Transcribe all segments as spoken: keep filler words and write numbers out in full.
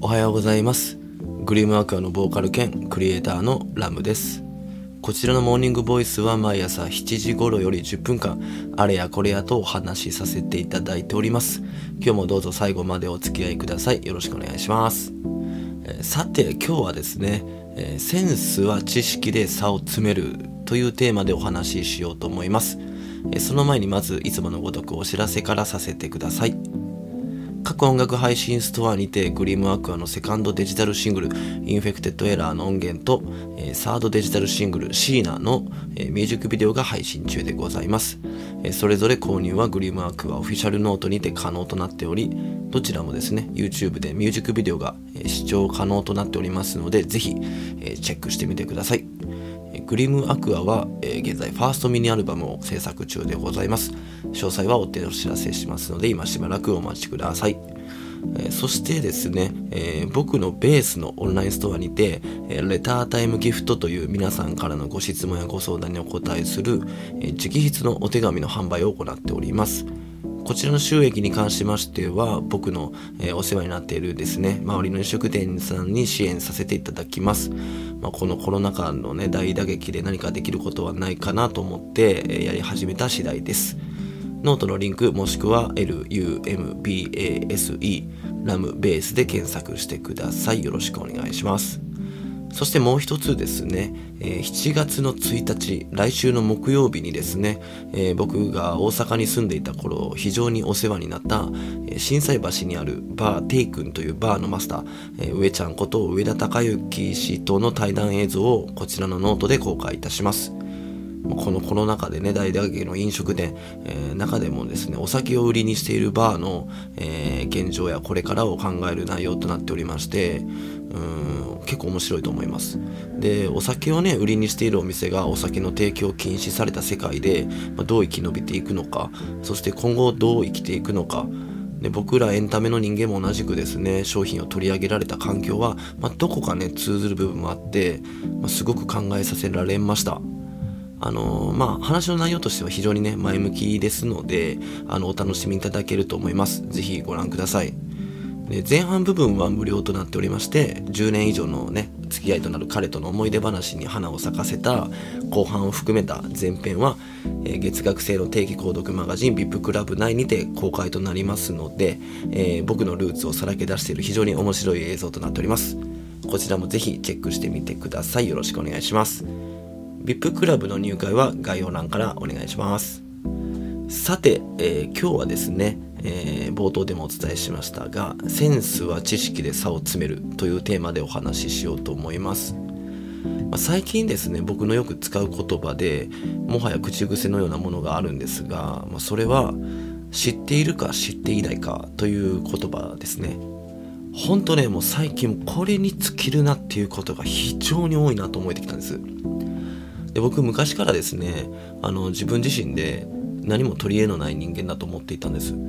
おはようございます。グリムアクアのボーカル兼クリエイターのラムです。こちらのモーニングボイスは毎朝しちじ頃よりじゅっぷんかんあれやこれやとお話しさせていただいております。今日もどうぞ最後までお付き合いください。よろしくお願いします。えー、さて今日はですね、えー、センスは知識で差を詰めるというテーマでお話ししようと思います。えー、その前にまずいつものごとくお知らせからさせてください。各音楽配信ストアにてグリムアクアのセカンドデジタルシングルインフェクテッドエラーの音源と、えー、サードデジタルシングルシーナの、えー、ミュージックビデオが配信中でございます。えー、それぞれ購入はグリムアクアオフィシャルノートにて可能となっており、どちらもですね YouTube でミュージックビデオが、えー、視聴可能となっておりますので、ぜひ、えー、チェックしてみてください。グリムアクアは、えー、現在ファーストミニアルバムを制作中でございます。詳細は追ってお知らせしますので、今しばらくお待ちください。えー、そしてですね、えー、僕のベースのオンラインストアにて、えー、レタータイムギフトという皆さんからのご質問やご相談にお答えする、えー、直筆のお手紙の販売を行っております。こちらの収益に関しましては、僕の、えー、お世話になっているですね、周りの飲食店さんに支援させていただきます。まあ、このコロナ禍のね、大打撃で何かできることはないかなと思って、えー、やり始めた次第です。ノートのリンクもしくは エルユーエムベース ラムベースで検索してください。よろしくお願いします。そしてもう一つですね、えー、しちがつのついたち、来週の木曜日にですね、えー、僕が大阪に住んでいた頃非常にお世話になった、えー、心斎橋にあるバーテイ君というバーのマスター、えー、上ちゃんこと上田孝之氏との対談映像をこちらのノートで公開いたします。このコロナ禍でね、大打撃の飲食店、えー、中でもですね、お酒を売りにしているバーの、えー、現状やこれからを考える内容となっておりまして、うーん結構面白いと思います。で、お酒をね売りにしているお店がお酒の提供を禁止された世界で、まあ、どう生き延びていくのか、そして今後どう生きていくのかで、僕らエンタメの人間も同じくですね、商品を取り上げられた環境は、まあ、どこかね通ずる部分もあって、まあ、すごく考えさせられました。あのー、まあ話の内容としては非常にね前向きですので、あのお楽しみいただけると思います。ぜひご覧ください。で、前半部分は無料となっておりまして、じゅうねん以上のね付き合いとなる彼との思い出話に花を咲かせた後半を含めた前編は、えー、月額制の定期購読マガジン ブイアイピー クラブ内にて公開となりますので、えー、僕のルーツをさらけ出している非常に面白い映像となっております。こちらもぜひチェックしてみてください。よろしくお願いします。ブイアイピー クラブの入会は概要欄からお願いします。さて、えー、今日はですね、えー、冒頭でもお伝えしましたが、センスは知識で差を詰めるというテーマでお話ししようと思います。まあ、最近ですね、僕のよく使う言葉でもはや口癖のようなものがあるんですが、まあ、それは知っているか知っていないかという言葉ですね。ほんとね、もう最近これに尽きるなっていうことが非常に多いなと思えてきたんです。で、僕昔からですね、あの自分自身で何も取り柄のない人間だと思っていたんです。うん、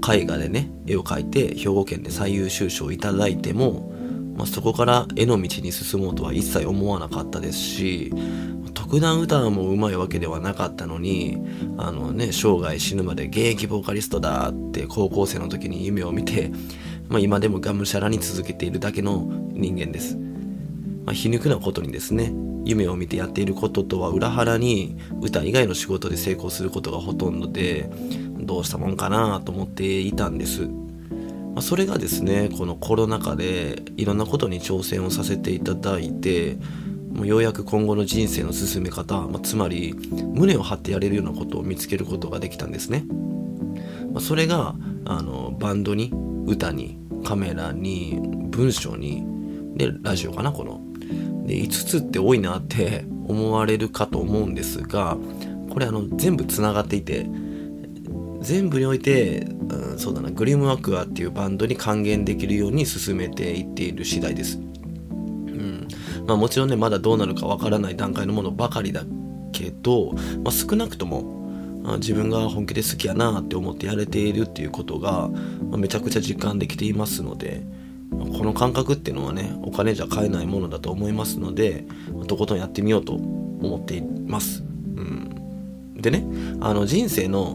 絵画でね絵を描いて兵庫県で最優秀賞をいただいても、まあ、そこから絵の道に進もうとは一切思わなかったですし、特段歌もうまいわけではなかったのに、あのね生涯死ぬまで現役ボーカリストだって高校生の時に夢を見て、まあ、今でもがむしゃらに続けているだけの人間です。まあ、皮肉なことにですね、夢を見てやっていることとは裏腹に歌以外の仕事で成功することがほとんどで、どうしたもんかなと思っていたんです。まあ、それがですね、このコロナ禍でいろんなことに挑戦をさせていただいて、もうようやく今後の人生の進め方、まあ、つまり胸を張ってやれるようなことを見つけることができたんですね。まあ、それがあのバンドに歌にカメラに文章にでラジオかな、このでいつつって多いなって思われるかと思うんですが、これあの全部つながっていて、全部において、うん、そうだな、グリムアクアっていうバンドに還元できるように進めていっている次第です。うん、まあもちろんねまだどうなるかわからない段階のものばかりだけど、まあ、少なくとも自分が本気で好きやなって思ってやれているっていうことが、まあ、めちゃくちゃ実感できていますので、この感覚っていうのはねお金じゃ買えないものだと思いますので、とことんやってみようと思っています。うん、でね、あの人生の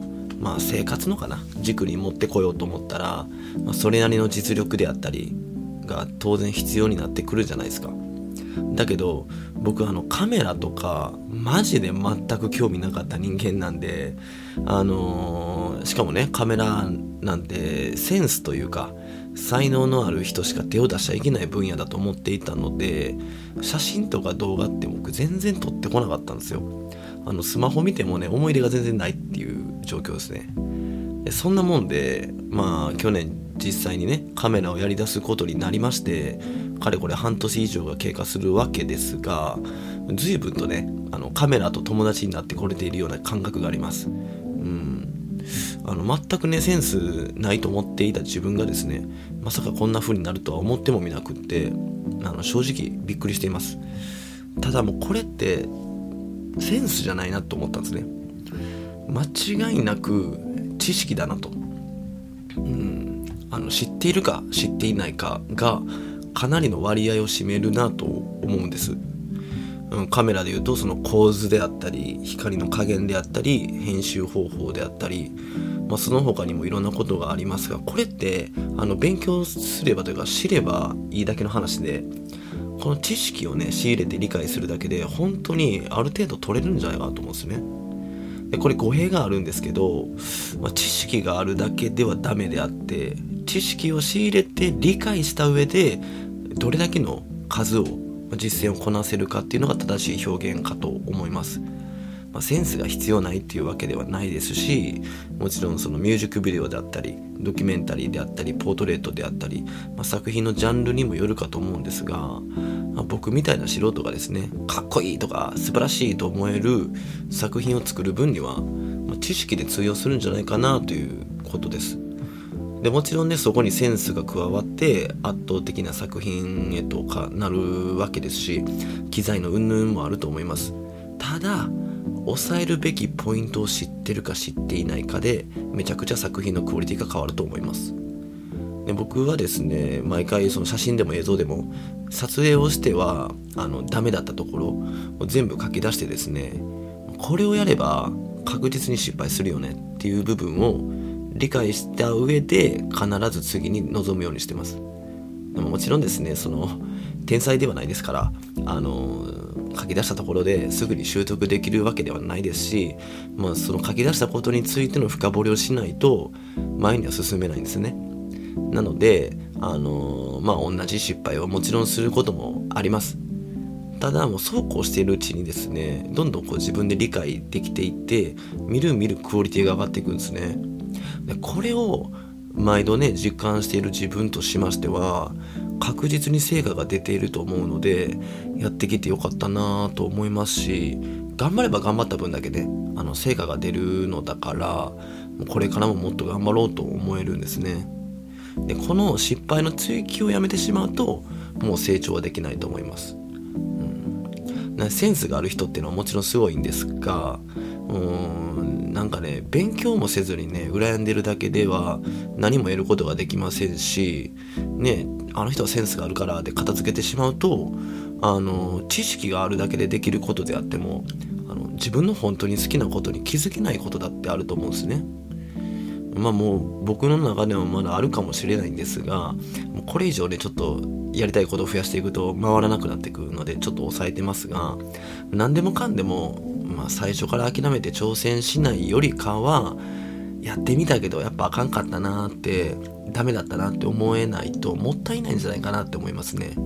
まあ生活のかな軸に持ってこようと思ったら、まあ、それなりの実力であったりが当然必要になってくるじゃないですか。だけど僕あのカメラとかマジで全く興味なかった人間なんで、あのー、しかもねカメラなんてセンスというか才能のある人しか手を出しちゃいけない分野だと思っていたので、写真とか動画って僕全然撮ってこなかったんですよ。あのスマホ見てもね思い出が全然ないっていう状況ですね。そんなもんでまあ去年実際にねカメラをやり出すことになりまして、かれこれ半年以上が経過するわけですが、随分とねあのカメラと友達になってこれているような感覚があります。うんあの全くねセンスないと思っていた自分がですね、まさかこんな風になるとは思ってもみなくって、あの正直びっくりしています。ただもうこれってセンスじゃないなと思ったんですね。間違いなく知識だなと。うんあの知っているか知っていないかがかなりの割合を占めるなと思うんです。うん、カメラでいうとその構図であったり光の加減であったり編集方法であったり、まあ、その他にもいろんなことがありますが、これってあの勉強すればというか知ればいいだけの話で、この知識をね仕入れて理解するだけで本当にある程度取れるんじゃないかなと思うんですね。でこれ語弊があるんですけど、まあ、知識があるだけではダメであって、知識を仕入れて理解した上でどれだけの数を実践をこなせるかっていうのが正しい表現かと思います。まあ、センスが必要ないっていうわけではないですし、もちろんそのミュージックビデオであったりドキュメンタリーであったりポートレートであったり、まあ、作品のジャンルにもよるかと思うんですが、まあ、僕みたいな素人がですねかっこいいとか素晴らしいと思える作品を作る分には、まあ、知識で通用するんじゃないかなということです。でもちろんねそこにセンスが加わって圧倒的な作品へとかなるわけですし、機材の云々もあると思います。ただ抑えるべきポイントを知ってるか知っていないかでめちゃくちゃ作品のクオリティが変わると思います。で僕はですね毎回その写真でも映像でも撮影をしてはあのダメだったところを全部書き出してですね、これをやれば確実に失敗するよねっていう部分を理解した上で必ず次に臨むようにしてます。でももちろんですねその天才ではないですから、あの書き出したところですぐに習得できるわけではないですし、まあ、その書き出したことについての深掘りをしないと前には進めないんですね。なので、あのまあ、同じ失敗はもちろんすることもあります。ただもうそうこうしているうちにですねどんどんこう自分で理解できていってみるみるクオリティが上がっていくんですね。でこれを毎度ね実感している自分としましては確実に成果が出ていると思うので、やってきてよかったなと思いますし、頑張れば頑張った分だけねあの成果が出るのだからこれからももっと頑張ろうと思えるんですね。でこの失敗の追求をやめてしまうともう成長はできないと思います。うん、センスがある人っていうのはもちろんすごいんですが、うーんなんかね勉強もせずにね羨んでるだけでは何も得ることができませんしね、あの人はセンスがあるからで片付けてしまうとあの知識があるだけでできることであってもあの自分の本当に好きなことに気づけないことだってあると思うんですね。まあもう僕の中でもまだあるかもしれないんですが、もうこれ以上ねちょっとやりたいことを増やしていくと回らなくなってくるのでちょっと抑えてますが、何でもかんでも、まあ、最初から諦めて挑戦しないよりかはやってみたけどやっぱあかんかったなってダメだったなって思えないともったいないんじゃないかなって思いますね。うん、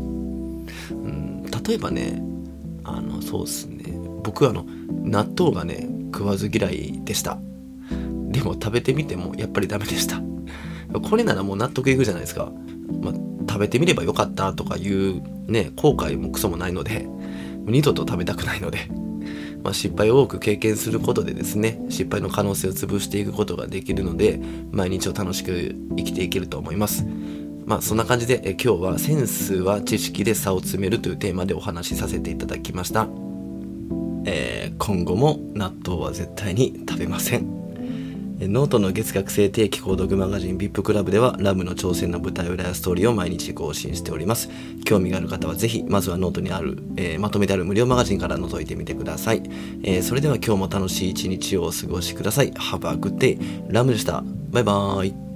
例えばねあのそうですね僕はあの納豆がね食わず嫌いでした。でも食べてみてもやっぱりダメでした。これならもう納得いくじゃないですか。まあ、食べてみればよかったとかいうね後悔もクソもないので二度と食べたくないので、まあ、失敗を多く経験することでですね失敗の可能性を潰していくことができるので毎日を楽しく生きていけると思います。まあそんな感じでえ今日はセンスは知識で差を詰めるというテーマでお話しさせていただきました。えー、今後も納豆は絶対に食べません。 ノートの月額制定期購読マガジン ブイアイピー クラブではラムの挑戦の舞台裏やストーリーを毎日更新しております。興味がある方はぜひまずはノートにある、えー、まとめてある無料マガジンから覗いてみてください。えー、それでは今日も楽しい一日をお過ごしください。Have a good day。ラムでした。バイバーイ。